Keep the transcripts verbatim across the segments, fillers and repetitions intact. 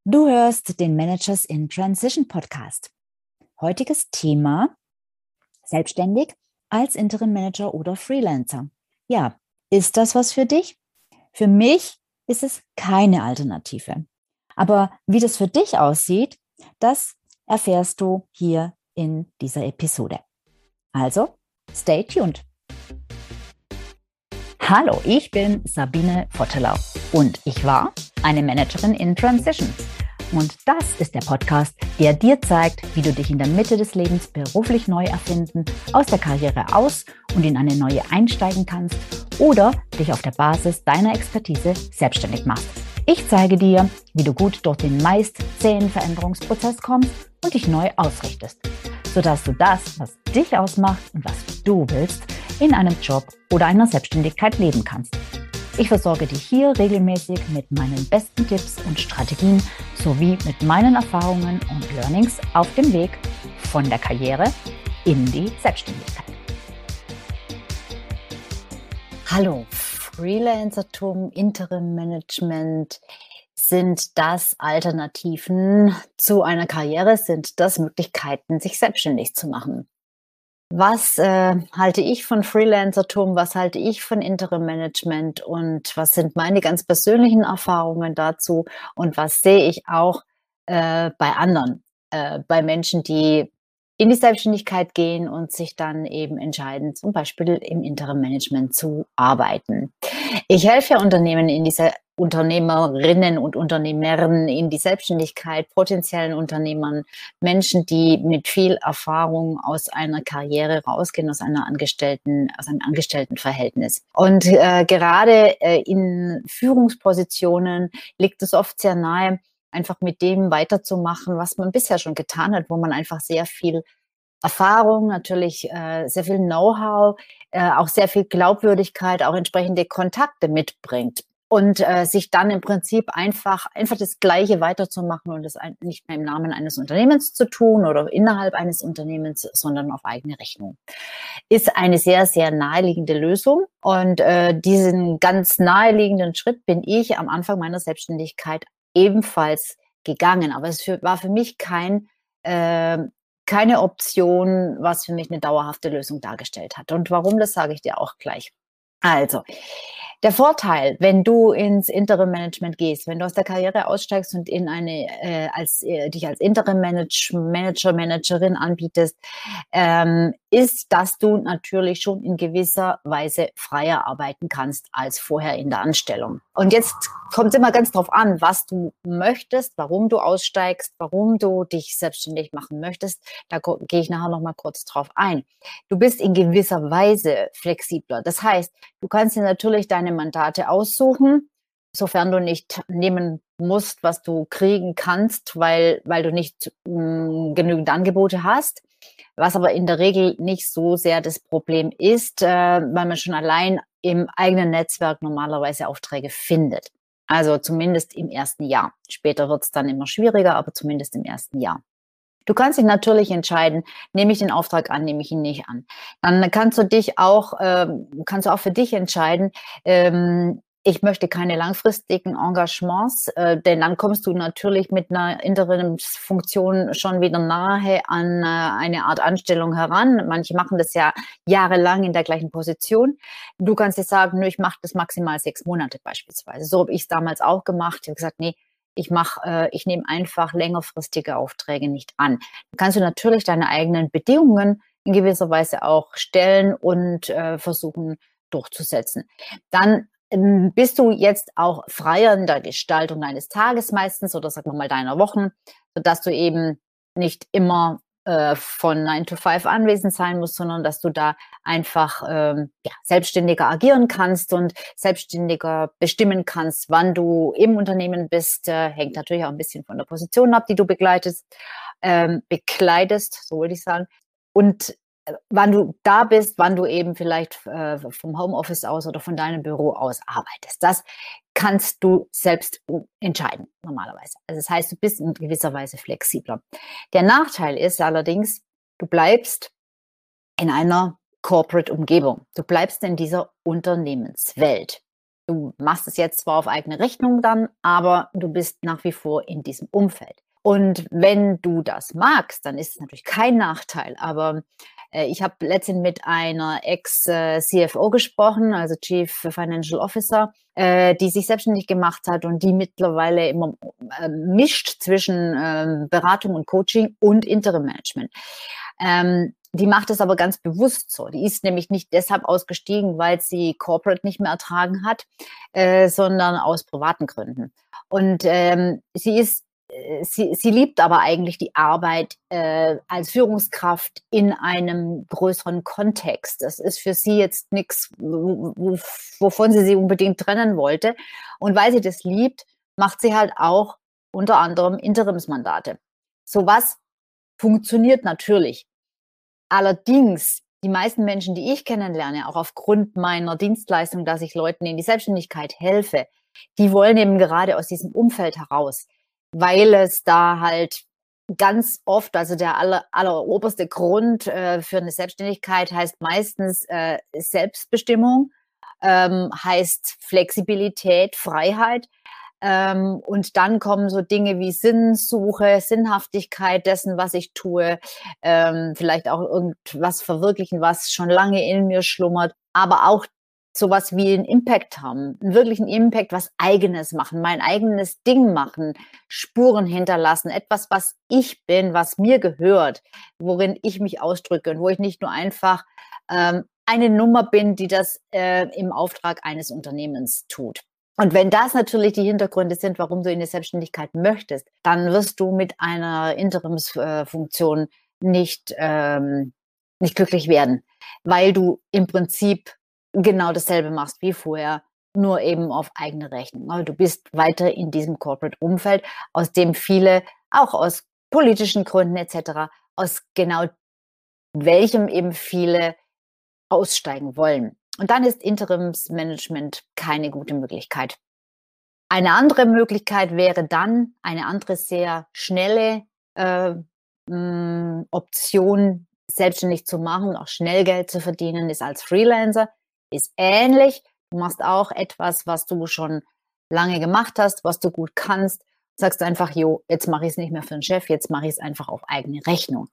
Du hörst den Managers in Transition Podcast. Heutiges Thema: Selbstständig als Interim Manager oder Freelancer. Ja, ist das was für dich? Für mich ist es keine Alternative. Aber wie das für dich aussieht, das erfährst du hier in dieser Episode. Also, stay tuned. Hallo, ich bin Sabine Vottelau und ich war eine Managerin in Transition. Und das ist der Podcast, der dir zeigt, wie du dich in der Mitte des Lebens beruflich neu erfinden, aus der Karriere aus und in eine neue einsteigen kannst oder dich auf der Basis deiner Expertise selbstständig machst. Ich zeige dir, wie du gut durch den meist zähen Veränderungsprozess kommst und dich neu ausrichtest, sodass du das, was dich ausmacht und was du willst, in einem Job oder einer Selbstständigkeit leben kannst. Ich versorge dich hier regelmäßig mit meinen besten Tipps und Strategien sowie mit meinen Erfahrungen und Learnings auf dem Weg von der Karriere in die Selbstständigkeit. Hallo, Freelancertum, Interim Management, sind das Alternativen zu einer Karriere? Sind das Möglichkeiten, sich selbstständig zu machen? Was äh, halte ich von Freelancertum? Was halte ich von Interim Management? Und was sind meine ganz persönlichen Erfahrungen dazu? Und was sehe ich auch äh, bei anderen, äh, bei Menschen, die in die Selbstständigkeit gehen und sich dann eben entscheiden, zum Beispiel im Interim Management zu arbeiten. Ich helfe ja Unternehmen in dieser Unternehmerinnen und Unternehmern in die Selbstständigkeit, potenziellen Unternehmern, Menschen, die mit viel Erfahrung aus einer Karriere rausgehen, aus einer Angestellten, aus einem Angestelltenverhältnis. Und äh, gerade äh, in Führungspositionen liegt es oft sehr nahe, einfach mit dem weiterzumachen, was man bisher schon getan hat, wo man einfach sehr viel Erfahrung, natürlich äh, sehr viel Know-how, äh, auch sehr viel Glaubwürdigkeit, auch entsprechende Kontakte mitbringt. Und äh, sich dann im Prinzip einfach einfach das Gleiche weiterzumachen und das ein, nicht mehr im Namen eines Unternehmens zu tun oder innerhalb eines Unternehmens, sondern auf eigene Rechnung. Ist eine sehr, sehr naheliegende Lösung. Und äh, diesen ganz naheliegenden Schritt bin ich am Anfang meiner Selbstständigkeit ebenfalls gegangen. Aber es für, war für mich kein äh, keine Option, was für mich eine dauerhafte Lösung dargestellt hat. Und warum, das sage ich dir auch gleich. Also, der Vorteil, wenn du ins Interim Management gehst, wenn du aus der Karriere aussteigst und in eine äh, als äh, dich als Interim Manage, Manager, Managerin anbietest, ähm, ist, dass du natürlich schon in gewisser Weise freier arbeiten kannst als vorher in der Anstellung. Und jetzt kommt es immer ganz drauf an, was du möchtest, warum du aussteigst, warum du dich selbstständig machen möchtest. Da gehe ich nachher noch mal kurz drauf ein. Du bist in gewisser Weise flexibler. Das heißt, du kannst dir natürlich deine Mandate aussuchen, sofern du nicht nehmen musst, was du kriegen kannst, weil, weil du nicht mh, genügend Angebote hast. Was aber in der Regel nicht so sehr das Problem ist, äh, weil man schon allein im eigenen Netzwerk normalerweise Aufträge findet. Also zumindest im ersten Jahr. Später wird es dann immer schwieriger, aber zumindest im ersten Jahr. Du kannst dich natürlich entscheiden, nehme ich den Auftrag an, nehme ich ihn nicht an. Dann kannst du dich auch, ähm, kannst du auch für dich entscheiden, ähm, ich möchte keine langfristigen Engagements, äh, denn dann kommst du natürlich mit einer Interimsfunktion schon wieder nahe an äh, eine Art Anstellung heran. Manche machen das ja jahrelang in der gleichen Position. Du kannst dir sagen, nö, ich mache das maximal sechs Monate beispielsweise. So habe ich es damals auch gemacht. Ich habe gesagt, nee, ich mache, äh, ich nehme einfach längerfristige Aufträge nicht an. Dann kannst du natürlich deine eigenen Bedingungen in gewisser Weise auch stellen und äh, versuchen durchzusetzen. Dann ähm, bist du jetzt auch freier in der Gestaltung deines Tages meistens oder sagen wir mal deiner Wochen, sodass du eben nicht immer äh, von nine to five anwesend sein musst, sondern dass du da einfach ähm, ja, selbstständiger agieren kannst und selbstständiger bestimmen kannst, wann du im Unternehmen bist. Äh, hängt natürlich auch ein bisschen von der Position ab, die du begleitest, ähm, bekleidest, so würde ich sagen. Und wann du da bist, wann du eben vielleicht äh, vom Homeoffice aus oder von deinem Büro aus arbeitest. Das kannst du selbst entscheiden, normalerweise. Also das heißt, du bist in gewisser Weise flexibler. Der Nachteil ist allerdings, du bleibst in einer Corporate-Umgebung. Du bleibst in dieser Unternehmenswelt. Du machst es jetzt zwar auf eigene Rechnung dann, aber du bist nach wie vor in diesem Umfeld. Und wenn du das magst, dann ist es natürlich kein Nachteil. Aber äh, ich habe letztens mit einer Ex-C F O gesprochen, also Chief Financial Officer, äh, die sich selbstständig gemacht hat und die mittlerweile immer äh, mischt zwischen ähm, Beratung und Coaching und Interim Management. Ähm, die macht es aber ganz bewusst so. Die ist nämlich nicht deshalb ausgestiegen, weil sie Corporate nicht mehr ertragen hat, äh, sondern aus privaten Gründen. Und ähm, sie ist äh, Sie, sie liebt aber eigentlich die Arbeit äh, als Führungskraft in einem größeren Kontext. Das ist für sie jetzt nichts, wovon sie sich unbedingt trennen wollte. Und weil sie das liebt, macht sie halt auch unter anderem Interimsmandate. Sowas funktioniert natürlich. Allerdings, die meisten Menschen, die ich kennenlerne, auch aufgrund meiner Dienstleistung, dass ich Leuten in die Selbstständigkeit helfe, die wollen eben gerade aus diesem Umfeld heraus, weil es da halt ganz oft, also der aller, alleroberste Grund äh, für eine Selbstständigkeit heißt meistens äh, Selbstbestimmung, ähm, heißt Flexibilität, Freiheit. Ähm, und dann kommen so Dinge wie Sinnsuche, Sinnhaftigkeit dessen, was ich tue, ähm, vielleicht auch irgendwas verwirklichen, was schon lange in mir schlummert, aber auch sowas wie einen Impact haben, einen wirklichen Impact, was Eigenes machen, mein eigenes Ding machen, Spuren hinterlassen, etwas, was ich bin, was mir gehört, worin ich mich ausdrücke und wo ich nicht nur einfach ähm, eine Nummer bin, die das äh, im Auftrag eines Unternehmens tut. Und wenn das natürlich die Hintergründe sind, warum du in die Selbstständigkeit möchtest, dann wirst du mit einer Interimsfunktion nicht, ähm, nicht glücklich werden, weil du im Prinzip genau dasselbe machst wie vorher, nur eben auf eigene Rechnung. Aber du bist weiter in diesem Corporate-Umfeld, aus dem viele, auch aus politischen Gründen et cetera, aus genau welchem eben viele aussteigen wollen. Und dann ist Interimsmanagement keine gute Möglichkeit. Eine andere Möglichkeit wäre dann eine andere sehr schnelle äh, mh, Option, selbstständig zu machen, auch schnell Geld zu verdienen, ist als Freelancer, ist ähnlich. Du machst auch etwas, was du schon lange gemacht hast, was du gut kannst. Sagst einfach, jo, jetzt mache ich es nicht mehr für den Chef, jetzt mache ich es einfach auf eigene Rechnung.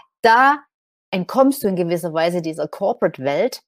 Da entkommst du in gewisser Weise dieser Corporate-Welt.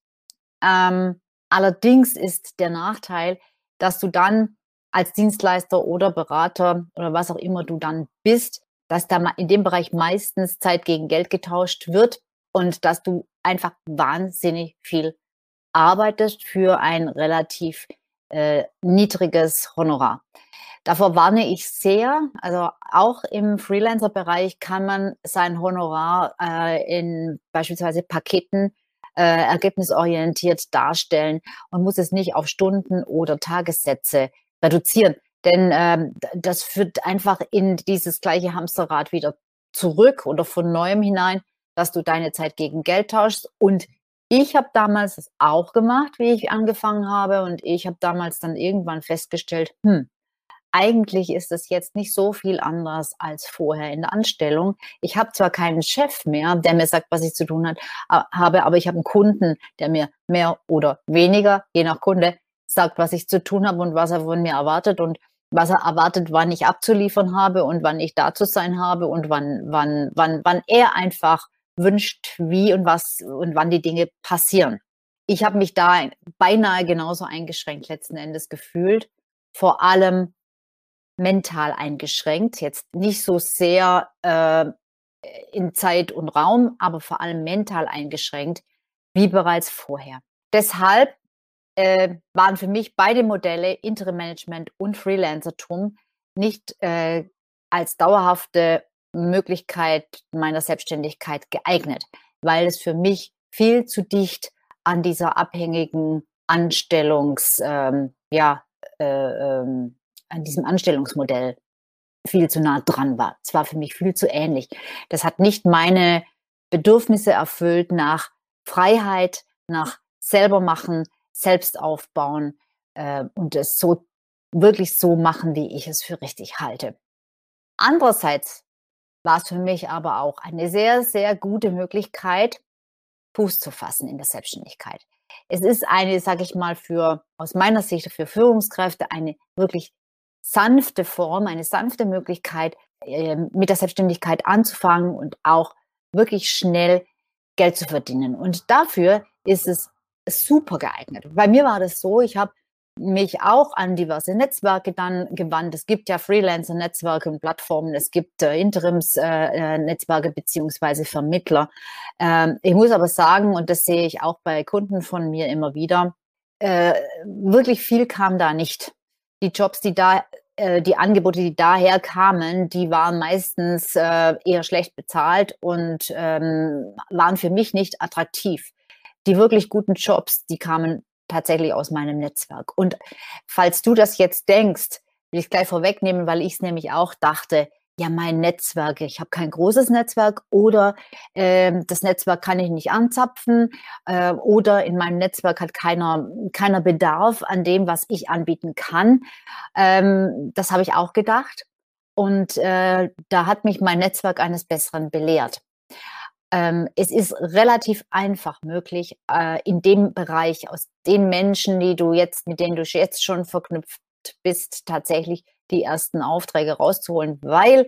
Ähm, allerdings ist der Nachteil, dass du dann als Dienstleister oder Berater oder was auch immer du dann bist, dass da in dem Bereich meistens Zeit gegen Geld getauscht wird und dass du einfach wahnsinnig viel arbeitest für ein relativ äh, niedriges Honorar. Davor warne ich sehr. Also auch im Freelancer-Bereich kann man sein Honorar äh, in beispielsweise Paketen äh, ergebnisorientiert darstellen und muss es nicht auf Stunden oder Tagessätze reduzieren. Denn ähm, das führt einfach in dieses gleiche Hamsterrad wieder zurück oder von neuem hinein, dass du deine Zeit gegen Geld tauschst. Und ich habe damals das auch gemacht, wie ich angefangen habe. Und ich habe damals dann irgendwann festgestellt, hm, eigentlich ist es jetzt nicht so viel anders als vorher in der Anstellung. Ich habe zwar keinen Chef mehr, der mir sagt, was ich zu tun hat, habe, aber ich habe einen Kunden, der mir mehr oder weniger, je nach Kunde, sagt, was ich zu tun habe und was er von mir erwartet und was er erwartet, wann ich abzuliefern habe und wann ich da zu sein habe und wann, wann, wann, wann er einfach wünscht, wie und was und wann die Dinge passieren. Ich habe mich da beinahe genauso eingeschränkt letzten Endes gefühlt, vor allem mental eingeschränkt, jetzt nicht so sehr äh, in Zeit und Raum, aber vor allem mental eingeschränkt, wie bereits vorher. Deshalb äh, waren für mich beide Modelle, Interim Management und Freelancertum, nicht äh, als dauerhafte Möglichkeit meiner Selbstständigkeit geeignet, weil es für mich viel zu dicht an dieser abhängigen Anstellungs, ähm, ja, äh, ähm, an diesem Anstellungsmodell viel zu nah dran war. Es war für mich viel zu ähnlich. Das hat nicht meine Bedürfnisse erfüllt nach Freiheit, nach selber machen, selbst aufbauen äh, und es so wirklich so machen, wie ich es für richtig halte. Andererseits war es für mich aber auch eine sehr, sehr gute Möglichkeit, Fuß zu fassen in der Selbstständigkeit. Es ist eine, sage ich mal, für aus meiner Sicht für Führungskräfte eine wirklich sanfte Form, eine sanfte Möglichkeit, ähm, mit der Selbstständigkeit anzufangen und auch wirklich schnell Geld zu verdienen. Und dafür ist es super geeignet. Bei mir war das so, ich habe mich auch an diverse Netzwerke dann gewandt. Es gibt ja Freelancer-Netzwerke und Plattformen, es gibt äh, Interims-Netzwerke äh, beziehungsweise Vermittler. Ähm, ich muss aber sagen, und das sehe ich auch bei Kunden von mir immer wieder, äh, wirklich viel kam da nicht. Die Jobs, die da, äh, die Angebote, die daher kamen, die waren meistens äh, eher schlecht bezahlt und ähm, waren für mich nicht attraktiv. Die wirklich guten Jobs, die kamen tatsächlich aus meinem Netzwerk. Und falls du das jetzt denkst, will ich gleich vorwegnehmen, weil ich es nämlich auch dachte, ja, mein Netzwerk, ich habe kein großes Netzwerk oder ähm, das Netzwerk kann ich nicht anzapfen äh, oder in meinem Netzwerk hat keiner, keiner Bedarf an dem, was ich anbieten kann. Ähm, das habe ich auch gedacht. Und äh, da hat mich mein Netzwerk eines Besseren belehrt. Ähm, es ist relativ einfach möglich, äh, in dem Bereich aus den Menschen, die du jetzt, mit denen du jetzt schon verknüpft bist, tatsächlich die ersten Aufträge rauszuholen, weil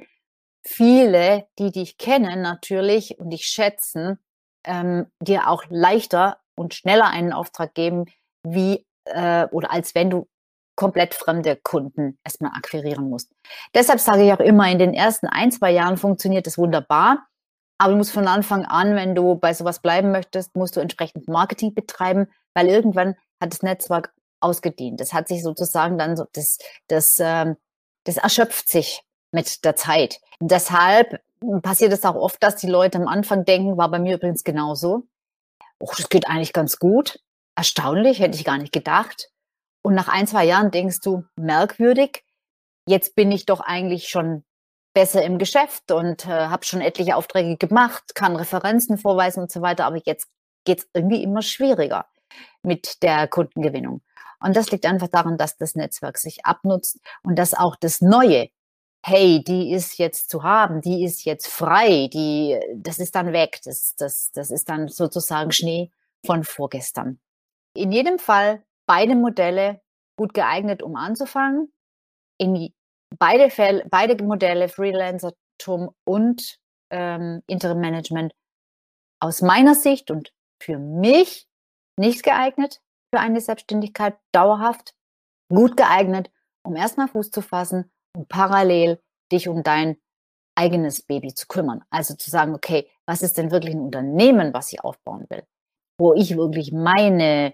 viele, die dich kennen natürlich und dich schätzen, ähm, dir auch leichter und schneller einen Auftrag geben, wie äh, oder als wenn du komplett fremde Kunden erstmal akquirieren musst. Deshalb sage ich auch immer, in den ersten ein, zwei Jahren funktioniert es wunderbar. Aber du musst von Anfang an, wenn du bei sowas bleiben möchtest, musst du entsprechend Marketing betreiben, weil irgendwann hat das Netzwerk ausgedient. Das hat sich sozusagen dann so, das, das, ähm, das erschöpft sich mit der Zeit. Deshalb passiert es auch oft, dass die Leute am Anfang denken, war bei mir übrigens genauso. Oh, das geht eigentlich ganz gut. Erstaunlich, hätte ich gar nicht gedacht. Und nach ein, zwei Jahren denkst du, merkwürdig, jetzt bin ich doch eigentlich schon besser im Geschäft und äh, habe schon etliche Aufträge gemacht, kann Referenzen vorweisen und so weiter, aber jetzt geht es irgendwie immer schwieriger mit der Kundengewinnung. Und das liegt einfach daran, dass das Netzwerk sich abnutzt und dass auch das Neue, hey, die ist jetzt zu haben, die ist jetzt frei, die, das ist dann weg, das, das, das ist dann sozusagen Schnee von vorgestern. In jedem Fall beide Modelle gut geeignet, um anzufangen. In beide Fälle, beide Modelle, Freelancertum und ähm, Interim Management, aus meiner Sicht und für mich nicht geeignet für eine Selbstständigkeit, dauerhaft, gut geeignet, um erstmal Fuß zu fassen und parallel dich um dein eigenes Baby zu kümmern. Also zu sagen, okay, was ist denn wirklich ein Unternehmen, was ich aufbauen will, wo ich wirklich meine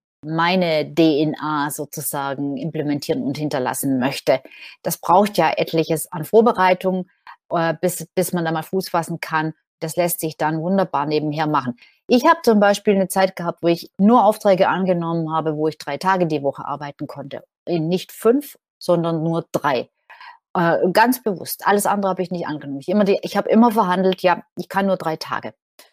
meine D N A sozusagen implementieren und hinterlassen möchte. Das braucht ja etliches an Vorbereitung, äh, bis, bis man da mal Fuß fassen kann. Das lässt sich dann wunderbar nebenher machen. Ich habe zum Beispiel eine Zeit gehabt, wo ich nur Aufträge angenommen habe, wo ich drei Tage die Woche arbeiten konnte. Nicht fünf, sondern nur drei. Äh, ganz bewusst. Alles andere habe ich nicht angenommen. Ich, immer die, ich habe immer verhandelt, ja, ich kann nur drei Tage.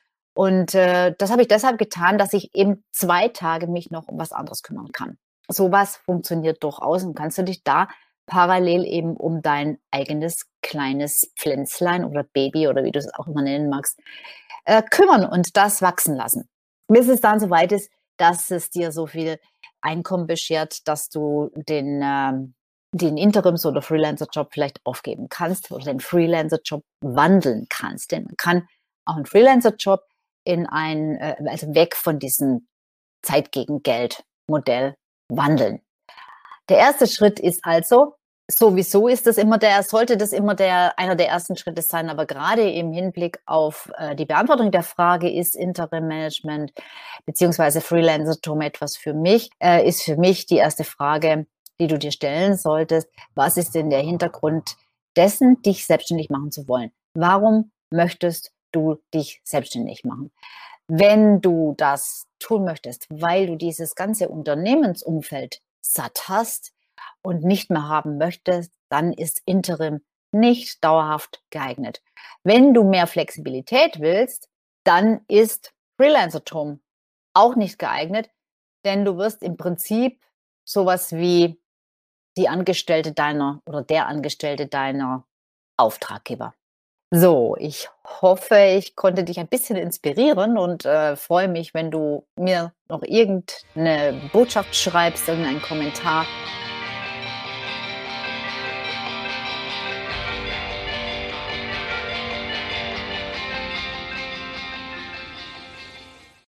Und äh, das habe ich deshalb getan, dass ich eben zwei Tage mich noch um was anderes kümmern kann. Sowas funktioniert durchaus und kannst du dich da parallel eben um dein eigenes kleines Pflänzlein oder Baby oder wie du es auch immer nennen magst, äh, kümmern und das wachsen lassen. Bis es dann soweit ist, dass es dir so viel Einkommen beschert, dass du den, ähm, den Interims- oder Freelancer-Job vielleicht aufgeben kannst oder den Freelancer-Job wandeln kannst. Denn man kann auch einen Freelancer-Job in ein, äh, also weg von diesem Zeit gegen Geld Modell wandeln. Der erste Schritt ist also, sowieso ist das immer der, sollte das immer der, einer der ersten Schritte sein, aber gerade im Hinblick auf äh, die Beantwortung der Frage, ist Interim Management beziehungsweise Freelancertum etwas für mich, äh, ist für mich die erste Frage, die du dir stellen solltest. Was ist denn der Hintergrund dessen, dich selbstständig machen zu wollen? Warum möchtest du dich selbstständig machen? Wenn du das tun möchtest, weil du dieses ganze Unternehmensumfeld satt hast und nicht mehr haben möchtest, dann ist Interim nicht dauerhaft geeignet. Wenn du mehr Flexibilität willst, dann ist Freelancertum auch nicht geeignet, denn du wirst im Prinzip sowas wie die Angestellte deiner oder der Angestellte deiner Auftraggeber. So, ich hoffe, ich konnte dich ein bisschen inspirieren und, äh, freue mich, wenn du mir noch irgendeine Botschaft schreibst, irgendeinen Kommentar.